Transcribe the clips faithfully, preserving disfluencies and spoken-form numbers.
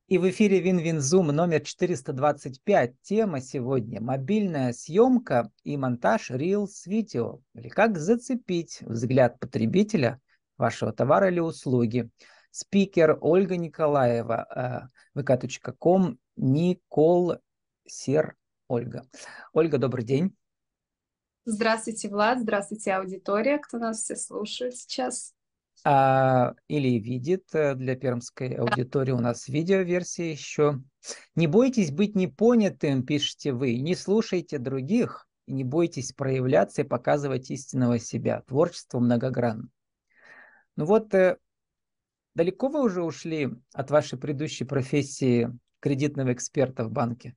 И в эфире Вин-Вин-Зум номер четыреста двадцать пять. Тема сегодня — мобильная съемка и монтаж Reels-видео. Или как зацепить взгляд потребителя вашего товара или услуги. Спикер Ольга Николаева, вэ ка точка ком, Никол Сер Ольга. Ольга, добрый день. Здравствуйте, Влад. Здравствуйте, аудитория, кто нас все слушает сейчас. А, или видит, э, для пермской аудитории у нас видеоверсия еще. Не бойтесь быть непонятым, пишите вы, не слушайте других, и не бойтесь проявляться и показывать истинного себя. Творчество многогранно. Ну вот, э, далеко вы уже ушли от вашей предыдущей профессии кредитного эксперта в банке?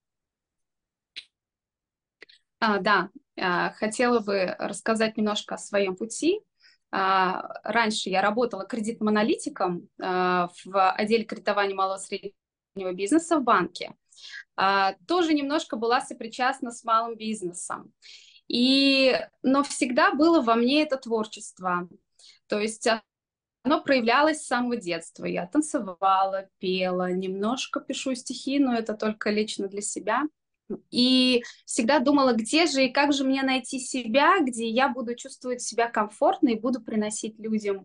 А, да, а, хотела бы рассказать немножко о своем пути. А, раньше я работала кредитным аналитиком а, в отделе кредитования малого и среднего бизнеса в банке. А, тоже немножко была сопричастна с малым бизнесом. И, но всегда было во мне это творчество. То есть оно проявлялось с самого детства. Я танцевала, пела, немножко пишу стихи, но это только лично для себя. И всегда думала, где же и как же мне найти себя, где я буду чувствовать себя комфортно и буду приносить людям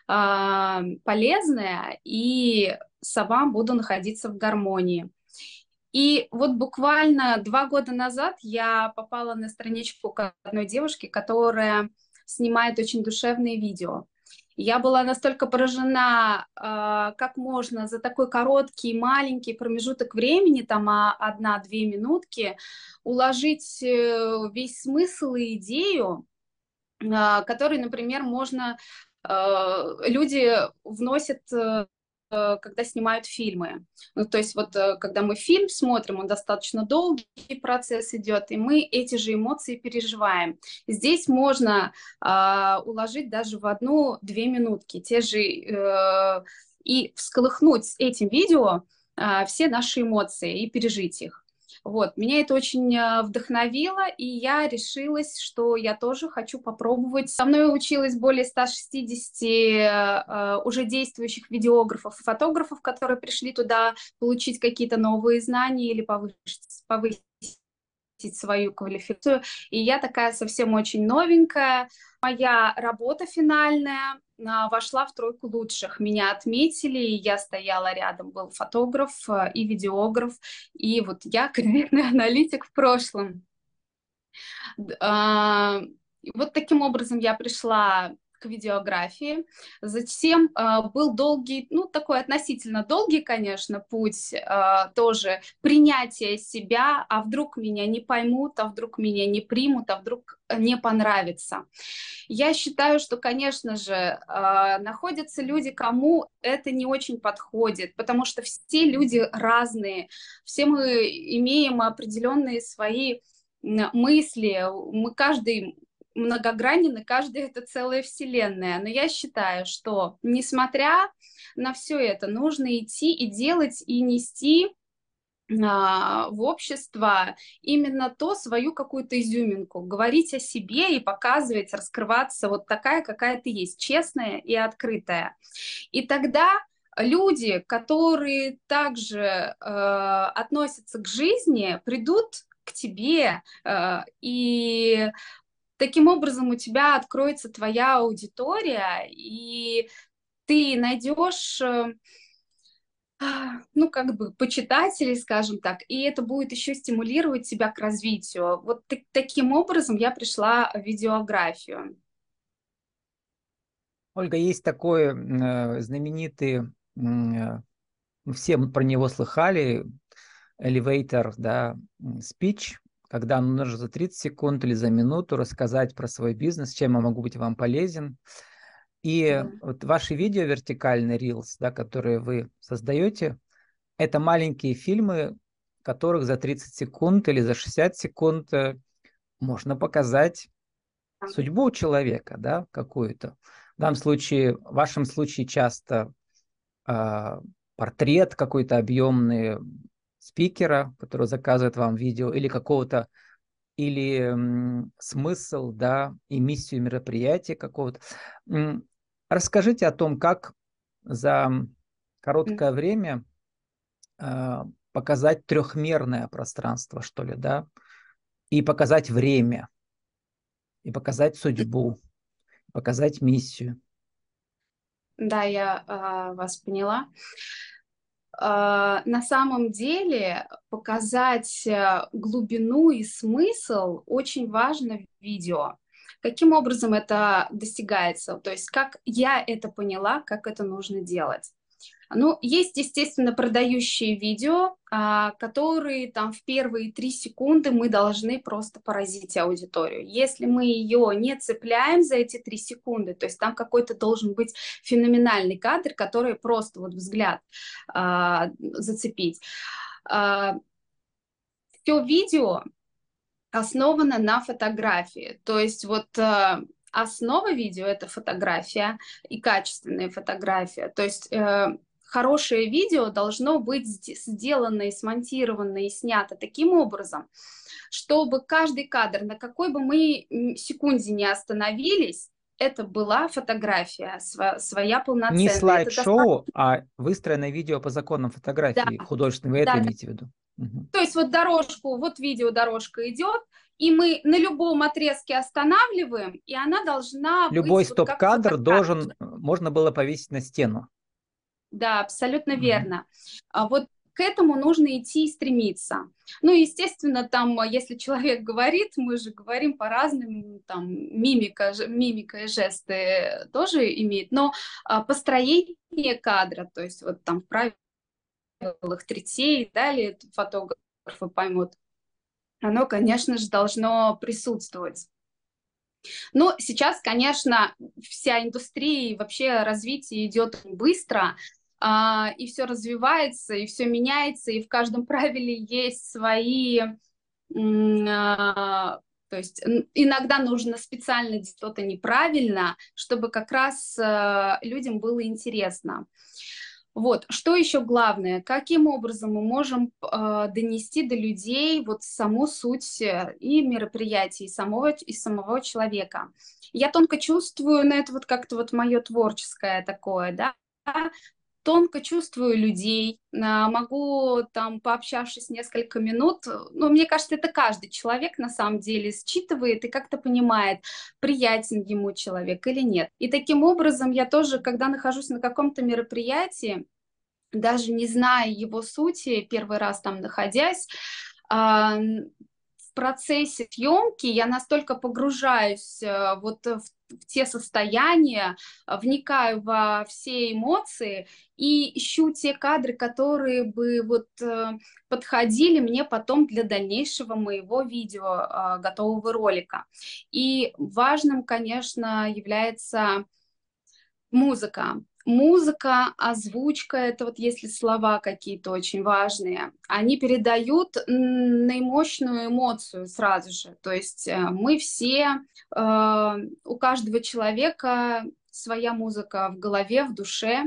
э, полезное, и сама буду находиться в гармонии. И вот буквально два года назад я попала на страничку к одной девушке, которая снимает очень душевные видео. Я была настолько поражена, э, как можно за такой короткий, маленький промежуток времени, там а, одна-две минутки, уложить э, весь смысл и идею, э, который, например, можно, э, люди вносят, э, когда снимают фильмы. Ну, то есть вот э, когда мы фильм смотрим, он достаточно долгий процесс идет, и мы эти же эмоции переживаем. Здесь можно э, уложить даже в одну-две минутки те же э, и всколыхнуть этим видео э, все наши эмоции и пережить их. Вот, меня это очень э, вдохновило, и я решилась, что я тоже хочу попробовать. Со мной училось более ста шестидесяти э, уже действующих видеографов и фотографов, которые пришли туда получить какие-то новые знания или повысить, повысить свою квалификацию. И я такая совсем очень новенькая. Моя работа финальная а, вошла в тройку лучших. Меня отметили, и я стояла рядом, был фотограф а, и видеограф, и вот я кредитный аналитик в прошлом. Д- а, и вот таким образом я пришла к видеографии. Затем а, был долгий, ну такой относительно долгий, конечно, путь а, тоже принятия себя, а вдруг меня не поймут, а вдруг меня не примут, а вдруг не понравится. Я считаю, что, конечно же, э, находятся люди, кому это не очень подходит, потому что все люди разные, все мы имеем определенные свои м, мысли, мы каждый многогранен, и каждый это целая вселенная. Но я считаю, что, несмотря на все это, нужно идти и делать, и нести а, в общество именно то, свою какую-то изюминку, говорить о себе и показывать, раскрываться вот такая, какая ты есть, честная и открытая. И тогда люди, которые также э, относятся к жизни, придут к тебе, э, и таким образом у тебя откроется твоя аудитория, и ты найдешь э, а, ну, как бы почитателей, скажем так, и это будет еще стимулировать тебя к развитию. Вот так- таким образом я пришла в видеографию. Ольга, есть такой э, знаменитый, м, э, все про него слыхали, elevator, да, speech, когда нужно за тридцать секунд или за минуту рассказать про свой бизнес, чем я могу быть вам полезен. И Да. вот ваши видео вертикальные Reels, да, которые вы создаете, это маленькие фильмы, которых за тридцать секунд или за шестьдесят секунд э, можно показать судьбу человека, да, какую-то. В данном случае, в вашем случае часто а, портрет какой-то объемный спикера, который заказывает вам видео, или какого-то, или м, смысл, да, и миссию мероприятия какого-то. М, Расскажите о том, как за короткое время э, показать трехмерное пространство, что ли, да, и показать время, и показать судьбу, показать миссию. Да, я а, вас поняла. А, на самом деле показать э, глубину и смысл очень важно в видео. Каким образом это достигается? То есть как я это поняла, как это нужно делать? Ну, есть, естественно, продающие видео, а, которые там в первые три секунды мы должны просто поразить аудиторию. Если мы ее не цепляем за эти три секунды, то есть там какой-то должен быть феноменальный кадр, который просто вот взгляд а, зацепить. А, все видео основано на фотографии, то есть вот а, основа видео — это фотография и качественная фотография, то есть э, хорошее видео должно быть сделано и смонтировано и снято таким образом, чтобы каждый кадр, на какой бы мы секунде не остановились, это была фотография св своя Не полноценная. Это достаточно... слайд-шоу, а выстроенное видео по законам Да, фотографии художественной. Вы это да, да. имеете в виду? Угу. То есть вот дорожку, вот видеодорожка идет, и мы на любом отрезке останавливаем, и она должна Любой быть вот как стоп-кадр фотография. должен, можно было повесить на стену. Да, абсолютно Угу. верно. А вот к этому нужно идти и стремиться. Ну, естественно, там, если человек говорит, мы же говорим по-разному, там, мимика, мимика и жесты тоже имеет, но а, построение кадра, то есть вот там в правилах третей и далее фотографы поймут, оно, конечно же, должно присутствовать. Но сейчас, конечно, вся индустрия и вообще развитие идет быстро, а, и все развивается, и все меняется, и в каждом правиле есть свои... а, то есть иногда нужно специально делать что-то неправильно, чтобы как раз а, людям было интересно. Вот, что еще главное, каким образом мы можем э, донести до людей вот саму суть и мероприятия, и самого, и самого человека. Я тонко чувствую, но это вот как-то вот мое творческое такое, да, тонко чувствую людей, а, могу там, пообщавшись несколько минут, ну, мне кажется, это каждый человек на самом деле считывает и как-то понимает, приятен ему человек или нет. И таким образом я тоже, когда нахожусь на каком-то мероприятии, даже не зная его сути, первый раз там находясь, а, в процессе съемки я настолько погружаюсь а, вот в, в те состояния, а, вникаю во все эмоции и ищу те кадры, которые бы вот а, подходили мне потом для дальнейшего моего видео, а, готового ролика. И важным, конечно, является музыка. Музыка, озвучка, это вот если слова какие-то очень важные, они передают наимощную эмоцию сразу же. То есть э, мы все, э, у каждого человека своя музыка в голове, в душе,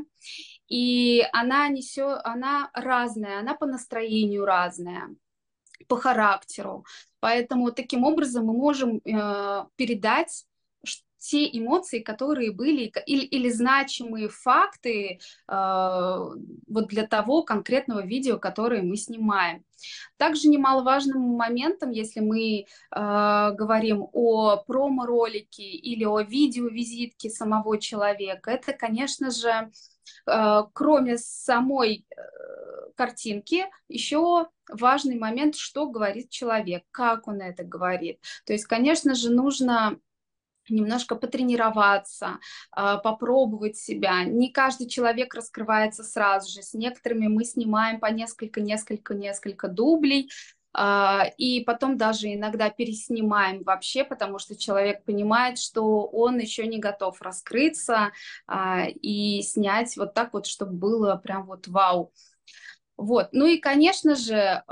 и она несет, она разная, она по настроению разная, по характеру. Поэтому таким образом мы можем э, передать те эмоции, которые были, или, или значимые факты э, вот для того конкретного видео, которое мы снимаем. Также немаловажным моментом, если мы э, говорим о промо-ролике или о видео-визитке самого человека, это, конечно же, э, кроме самой э, картинки, еще важный момент, что говорит человек, как он это говорит. То есть, конечно же, нужно немножко потренироваться, попробовать себя. Не каждый человек раскрывается сразу же. С некоторыми мы снимаем по несколько, несколько, несколько дублей, и потом даже иногда переснимаем вообще, потому что человек понимает, что он еще не готов раскрыться и снять вот так вот, чтобы было прям вот вау. Вот. Ну и, конечно же,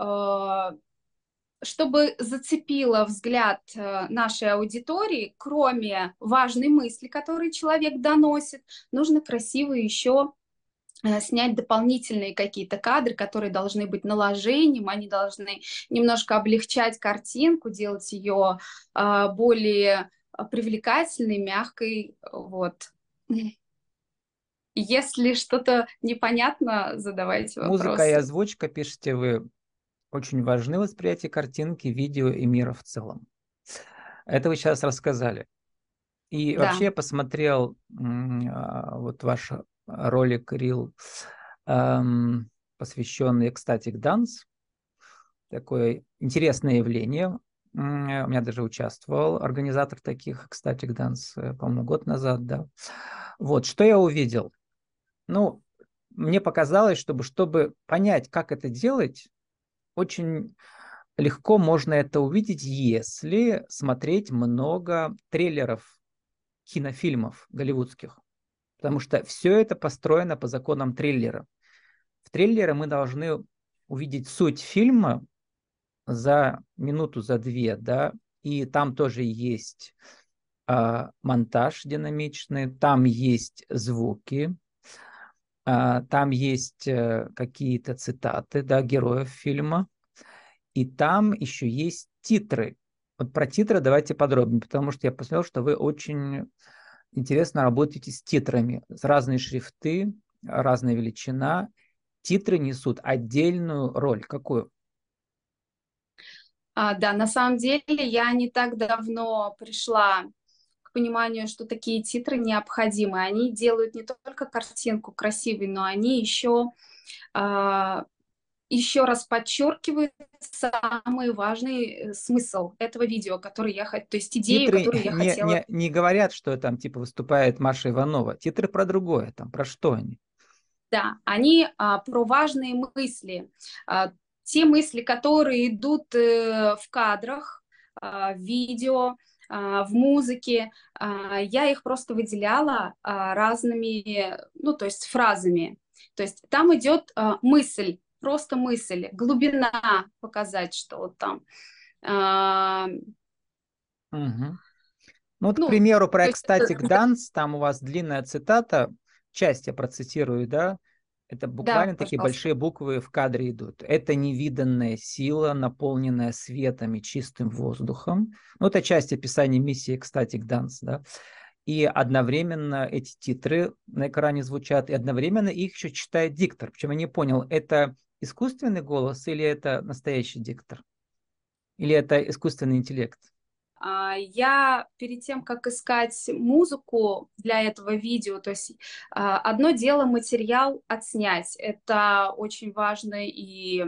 чтобы зацепило взгляд нашей аудитории, кроме важной мысли, которую человек доносит, нужно красиво еще снять дополнительные какие-то кадры, которые должны быть наложением, они должны немножко облегчать картинку, делать ее более привлекательной, мягкой, вот. Если что-то непонятно, задавайте Музыка и вопросы. озвучка, пишете вы, очень важны в восприятии картинки, видео и мира в целом. Это вы сейчас рассказали. И Да. вообще я посмотрел м, а, вот ваш ролик, Рил, эм, посвященный Ecstatic Dance. Такое интересное явление. М, У меня даже участвовал организатор таких Ecstatic Dance, э, по-моему, год назад, да. Вот, что я увидел? Ну, мне показалось, чтобы, чтобы понять, как это делать, очень легко можно это увидеть, если смотреть много трейлеров кинофильмов голливудских. Потому что все это построено по законам триллера. В триллере мы должны увидеть суть фильма за минуту, за две, да, и там тоже есть а, монтаж динамичный, там есть звуки, а, там есть а, какие-то цитаты, да, героев фильма, и там еще есть титры. Вот про титры давайте подробнее, потому что я посмотрел, что вы очень интересно работаете с титрами. Разные шрифты, разная величина. Титры несут отдельную роль. Какую? А, да, на самом деле я не так давно пришла к пониманию, что такие титры необходимы. Они делают не только картинку красивой, но они еще, а, еще раз подчеркивают самый важный э, смысл этого видео, который я хочу, то есть идею, Титры которую я не, хотела. не, не говорят, что там типа выступает Маша Иванова. Титры про другое. Там про что они? Да, они а, про важные мысли, а, те мысли, которые идут э, в кадрах, а, в видео, а, в музыке. А, я их просто выделяла а, разными, ну, то есть фразами. То есть там идет а, мысль, просто мысль, глубина показать, что вот там. А, Мгм. Ну вот, к ну, примеру, про то есть это, Ecstatic Dance, там у вас длинная цитата, часть я процитирую, да, это да, буквально такие пожалуйста. большие буквы в кадре идут. Это невиданная сила, наполненная светом и чистым воздухом. Ну, это часть описания миссии Ecstatic Dance, да. И одновременно эти титры на экране звучат, и одновременно их еще читает диктор. Причем я не понял, это искусственный голос или это настоящий диктор? Или это искусственный интеллект? А, Я перед тем, как искать музыку для этого видео, то есть а, одно дело материал отснять, это очень важно и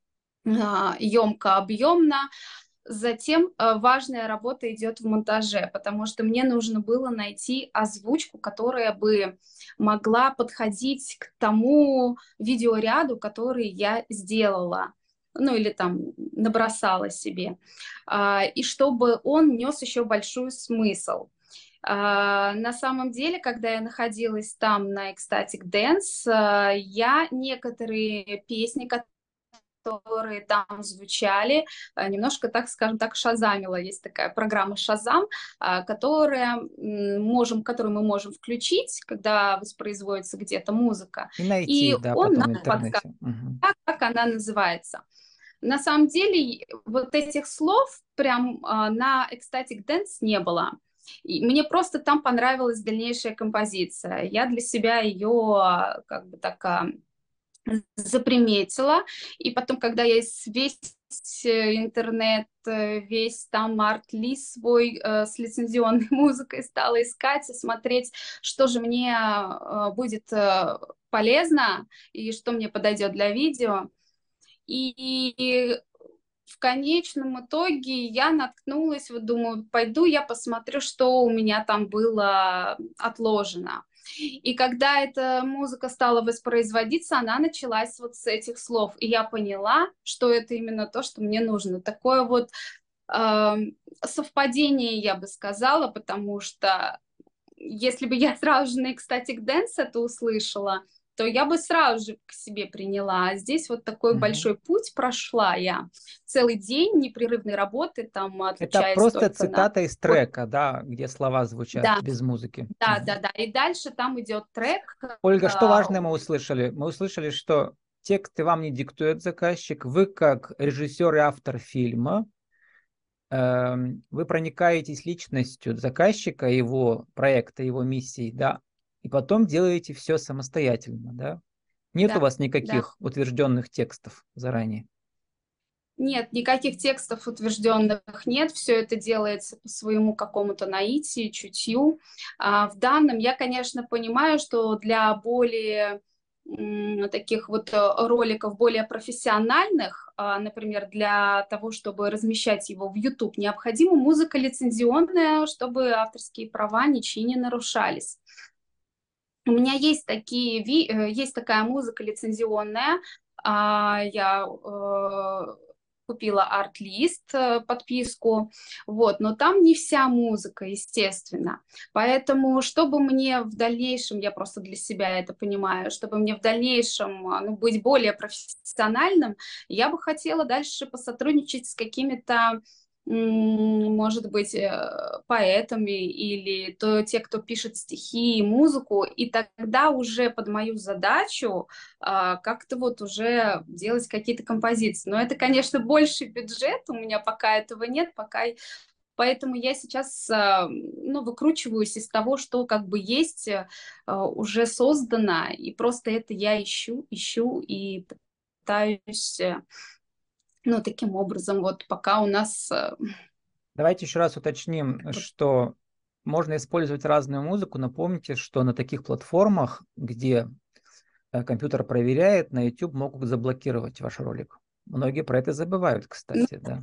емко, объемно. Затем а, важная работа идет в монтаже, потому что мне нужно было найти озвучку, которая бы могла подходить к тому видеоряду, который я сделала, ну или там набросала себе, а, и чтобы он нес еще большой смысл. А, на самом деле, когда я находилась там на Ecstatic Dance, а, я некоторые песни, которые там звучали, а, немножко, так скажем так, шазамила. Есть такая программа Шазам, а, которая м, можем, которую мы можем включить, когда воспроизводится где-то музыка, И найти, и да, он нам потом в подскажет, интернете. Мгм. как она называется. На самом деле, вот этих слов прям а, на Ecstatic Dance не было. И мне просто там понравилась дальнейшая композиция. Я для себя ее а, как бы так а, заприметила. И потом, когда я весь э, интернет, э, весь там арт-лист свой э, с лицензионной музыкой стала искать и смотреть, что же мне э, будет э, полезно и что мне подойдет для видео. И в конечном итоге я наткнулась, вот думаю, пойду я посмотрю, что у меня там было отложено. И когда эта музыка стала воспроизводиться, она началась вот с этих слов. И я поняла, что это именно то, что мне нужно. Такое вот э, совпадение, я бы сказала, потому что если бы я сразу же на Ecstatic Dance это услышала, то я бы сразу же к себе приняла. А здесь вот такой Мгм. большой путь прошла я. Целый день непрерывной работы, там, Это отлучаясь просто только на... цитата из Вот, трека, да, где слова звучат да, без музыки. да, Мгм. да, да. И дальше там идет трек. Ольга, что а, важное мы услышали? Мы услышали, что тексты вам не диктует заказчик, вы как режиссер и автор фильма, эм, вы проникаетесь личностью заказчика, его проекта, его миссии, да, и потом делаете все самостоятельно, да? Нет у Да, вас да. никаких утвержденных текстов заранее? Нет, никаких текстов утвержденных нет, все это делается по своему какому-то наитию, чутью. А, в данном я, конечно, понимаю, что для более м, таких вот э, роликов, более профессиональных, а, например, для того, чтобы размещать его в YouTube, необходима музыка лицензионная, чтобы авторские права ничьи не нарушались. У меня есть такие, ви- э, есть такая музыка лицензионная. А, Я э, купила арт-лист, э, подписку, вот, но там не вся музыка, естественно. Поэтому, чтобы мне в дальнейшем, я просто для себя это понимаю, чтобы мне в дальнейшем, а, ну, быть более профессиональным, я бы хотела дальше посотрудничать с какими-то м, может быть, э, поэтами или то те, кто пишет стихи и музыку, и тогда уже под мою задачу а, как-то вот уже делать какие-то композиции. Но это, конечно, больший бюджет, у меня пока этого нет, пока... Поэтому я сейчас, а, ну, выкручиваюсь из того, что как бы есть, э, уже создано, и просто это я ищу, ищу и пытаюсь, э, ну, таким образом, вот пока у нас э, Давайте еще раз уточним, вот. что можно использовать разную музыку, но помните, что на таких платформах, где э, компьютер проверяет, на YouTube могут заблокировать ваш ролик. Многие про это забывают, кстати, да.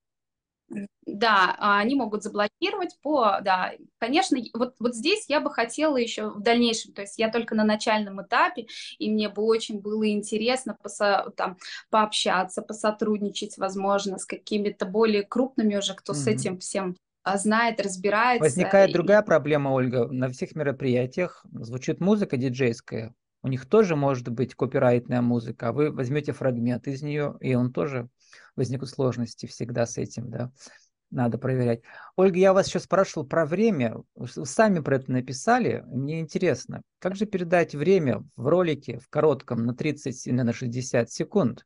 Да, а, они могут заблокировать по, да, конечно, вот, вот здесь я бы хотела еще в дальнейшем, то есть я только на начальном этапе, и мне бы очень было интересно посо, там, пообщаться, посотрудничать, возможно, с какими-то более крупными уже, кто с Мгм. этим всем а, знает, разбирается. Возникает И, другая проблема, Ольга. На всех мероприятиях звучит музыка диджейская. У них тоже может быть копирайтная музыка, а вы возьмете фрагмент из нее, и он тоже возникнут сложности всегда с этим, да. Надо проверять. Ольга, я вас еще спрашивал про время. Вы с- сами про это написали. Мне интересно, как же передать время в ролике, в коротком, на тридцать или на шестьдесят секунд?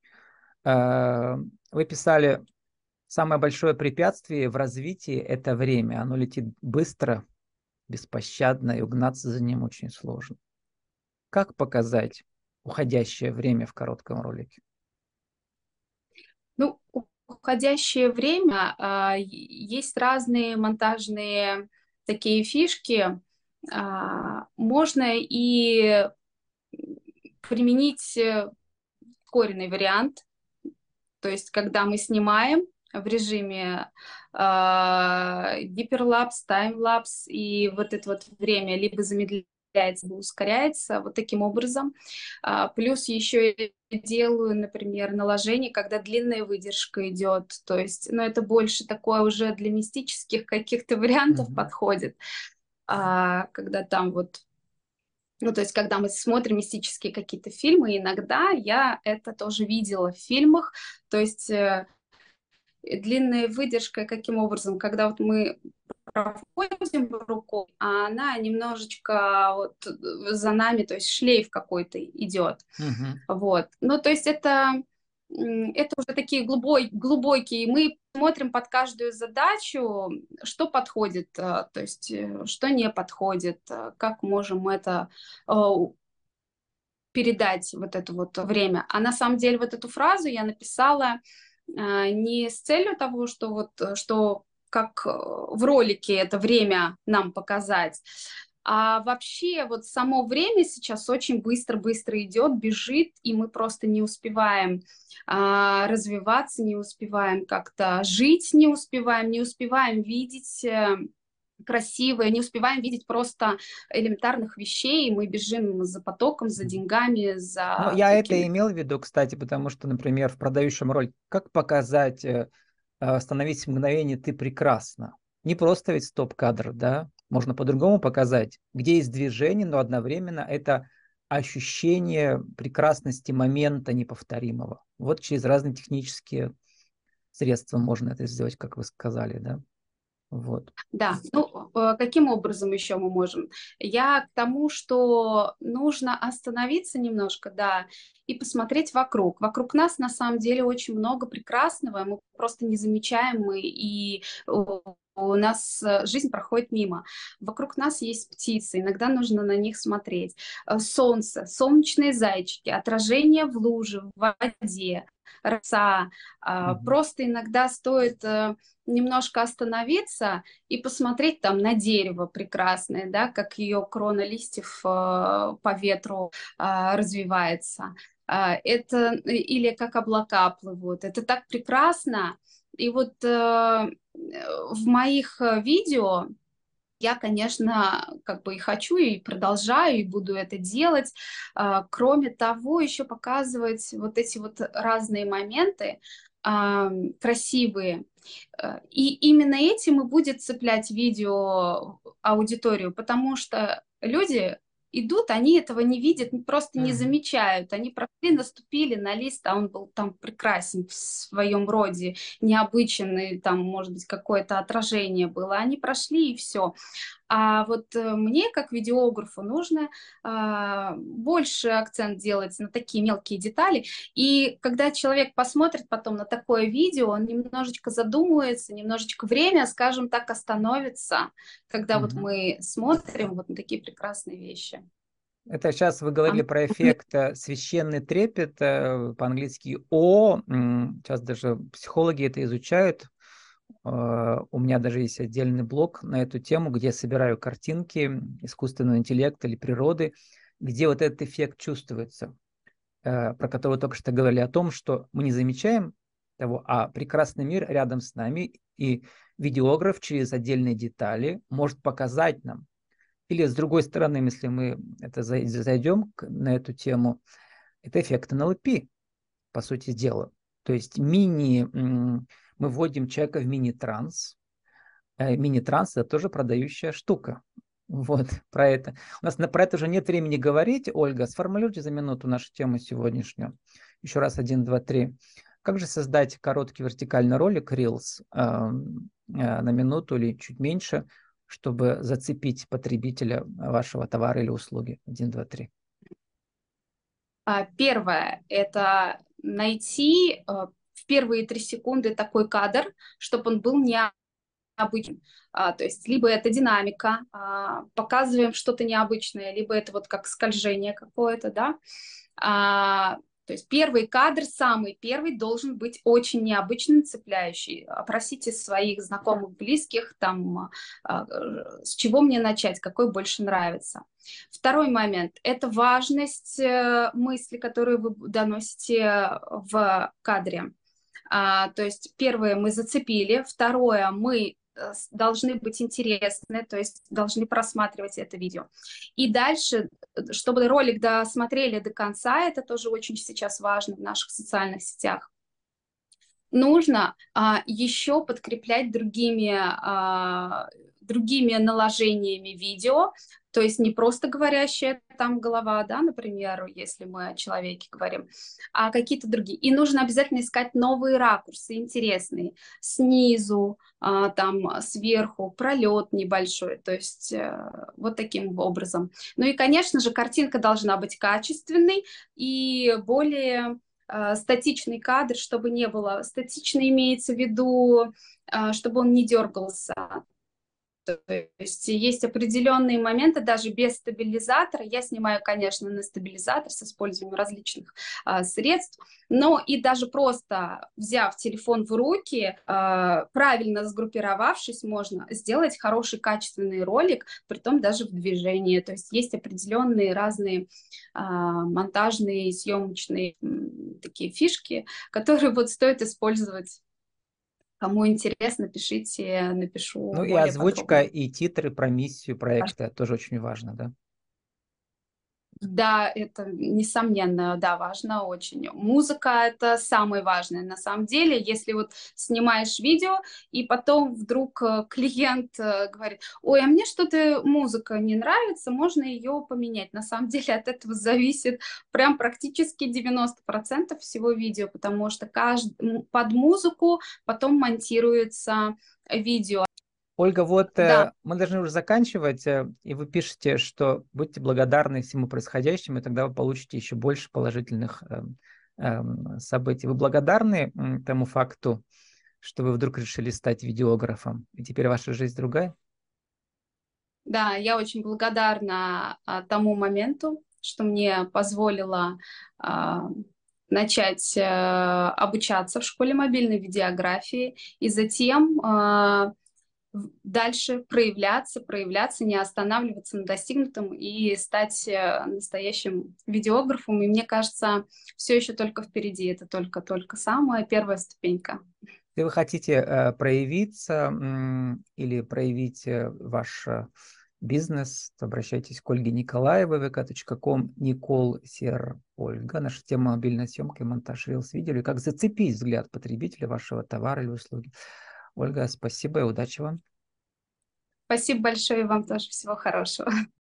Э, Вы писали, самое большое препятствие в развитии – это время. Оно летит быстро, беспощадно, и угнаться за ним очень сложно. Как показать уходящее время в коротком ролике? ну, уходящее время, а, е- есть разные монтажные такие фишки, а, можно и применить э, ускоренный вариант, то есть когда мы снимаем в режиме э, гиперлапс, таймлапс, и вот это вот время либо замедляется, либо ускоряется, вот таким образом. А, плюс еще я делаю, например, наложение, когда длинная выдержка идет, то есть, ну, это больше такое уже для мистических каких-то вариантов Мгм. подходит, а, когда там вот ну, то есть, когда мы смотрим мистические какие-то фильмы, иногда я это тоже видела в фильмах. То есть, э, длинная выдержка, каким образом, когда вот мы проходим рукой, а она немножечко вот за нами, то есть шлейф какой-то идет. Мгм. Вот. Ну, то есть это, м, это уже такие глубой, глубокие. Мы смотрим под каждую задачу, что подходит, э, то есть э, что не подходит, э, как можем это э, передать вот это вот время. А на самом деле вот эту фразу я написала э, не с целью того, что вот, э, что как э, в ролике это время нам показать, а вообще вот само время сейчас очень быстро-быстро идет, бежит, и мы просто не успеваем а, развиваться, не успеваем как-то жить, не успеваем, не успеваем видеть э, красивое, не успеваем видеть просто элементарных вещей, мы бежим за потоком, за деньгами, Ну, за я это какими-то... имел в виду, кстати, потому что, например, в продающем ролике, как показать, э, э, остановить мгновение «ты прекрасна». Не просто ведь стоп-кадр, да? Можно по-другому показать, где есть движение, но одновременно это ощущение прекрасности момента неповторимого. Вот через разные технические средства можно это сделать, как вы сказали, да? Вот. Да, ну, э, каким образом еще мы можем? Я к тому, что нужно остановиться немножко, да, и посмотреть вокруг. Вокруг нас на самом деле очень много прекрасного, мы просто не замечаем, мы и у нас э, жизнь проходит мимо. Вокруг нас есть птицы, иногда нужно на них смотреть. Э, Солнце, солнечные зайчики, отражение в луже, в воде, роса. А, Мгм. Просто иногда стоит э, немножко остановиться и посмотреть там на дерево прекрасное, да, как ее крона листьев э, по ветру а, развивается. А, Это э, или как облака плывут. Это так прекрасно. И вот э, в моих э, видео я, конечно, как бы и хочу, и продолжаю, и буду это делать. А, Кроме того, еще показывать вот эти вот разные моменты а, красивые. Э, И именно этим и будет цеплять видео аудиторию, потому что люди идут, они этого не видят, просто не Мгм. замечают. Они прошли, наступили на лист, а он был там прекрасен в своем роде, необычный, там, может быть, какое-то отражение было. Они прошли, и все. А вот э, мне, как видеографу, нужно а, больше акцент делать на такие мелкие детали. И когда человек посмотрит потом на такое видео, он немножечко задумывается, немножечко время, скажем так, остановится, когда вот Мгм. мы смотрим вот на такие прекрасные вещи. Это сейчас вы А говорили про эффект э, священный трепет, э, по-английски О. М, Сейчас даже психологи это изучают. Э, У меня даже есть отдельный блог на эту тему, где я собираю картинки искусственного интеллекта или природы, где вот этот эффект чувствуется, э, про который вы только что говорили, о том, что мы не замечаем того, а прекрасный мир рядом с нами, и видеограф через отдельные детали может показать нам. Или с другой стороны, если мы это зай- зайдем к- на эту тему, это эффект эн эл пи, по сути дела. То есть мини, м, мы вводим человека в мини-транс. Э, Мини-транс– это тоже продающая штука. Вот, про это. У нас на, про это уже нет времени говорить. Ольга, сформулируйте за минуту нашу тему сегодняшнюю. Еще раз, один, два, три. Как же создать короткий вертикальный ролик, Reels, э, э, на минуту или чуть меньше, чтобы зацепить потребителя вашего товара или услуги? Один, два, три. А, Первое– это найти э, в первые три секунды такой кадр, чтобы он был необычным. А, то есть либо это динамика, а, показываем что-то необычное, либо это вот как скольжение какое-то, да. А, то есть первый кадр, самый первый, должен быть очень необычным, цепляющий. Опросите своих знакомых, близких, там, а, э, с чего мне начать, какой больше нравится. Второй момент– это важность э, мысли, которые вы доносите в кадре. А, то есть первое мы зацепили, второе мы э, с- должны быть интересны, то есть должны просматривать это видео. И дальше, э, чтобы ролик досмотрели до конца, это тоже очень сейчас важно в наших социальных сетях, нужно а, еще подкреплять другими, а, другими наложениями видео, то есть не просто говорящая там голова, да, например, если мы о человеке говорим, а какие-то другие. И нужно обязательно искать новые ракурсы, интересные, снизу, а, там, сверху, пролет небольшой, то есть э, вот таким образом. Ну и, конечно же, картинка должна быть качественной и более э, статичный кадр, чтобы не было. Статично имеется в виду, э, чтобы он не дергался. То есть есть определенные моменты, даже без стабилизатора. Я снимаю, конечно, на стабилизатор с использованием различных а, средств, но и даже просто взяв телефон в руки, а, правильно сгруппировавшись, можно сделать хороший качественный ролик, притом даже в движении. То есть есть определенные разные а, монтажные, съемочные м, такие фишки, которые вот стоит использовать. Кому интересно, пишите, напишу Ну и более озвучка, подробно. и титры про миссию проекта тоже очень важно, да? Да, это несомненно, да, важно очень. Музыка– это самое важное на самом деле. Если вот снимаешь видео, и потом вдруг э, клиент э, говорит, ой, а мне что-то музыка не нравится, можно ее поменять. На самом деле от этого зависит прям практически девяносто процентов всего видео, потому что кажд... м, под музыку потом монтируется видео. Ольга, вот Да, э, мы должны уже заканчивать, э, и вы пишете, что будьте благодарны всему происходящему, и тогда вы получите еще больше положительных эм, эм, событий. Вы благодарны м, тому факту, что вы вдруг решили стать видеографом, и теперь ваша жизнь другая? Да, я очень благодарна а, тому моменту, что мне позволило а, начать а, обучаться в школе мобильной видеографии и затем а, в- дальше проявляться, проявляться, не останавливаться на достигнутом и стать э, настоящим видеографом. И мне кажется, все еще только впереди. Это только-только самая первая ступенька. Если вы хотите э, проявиться м, или проявить э, ваш э, бизнес, то обращайтесь к Ольге Николаевой, вэ ка точка ком, Никол Сер Ольга. Наша тема мобильная съемка и монтаж Reels видео, и как зацепить взгляд потребителя вашего товара или услуги. Ольга, спасибо и удачи вам. Спасибо большое, и вам тоже всего хорошего.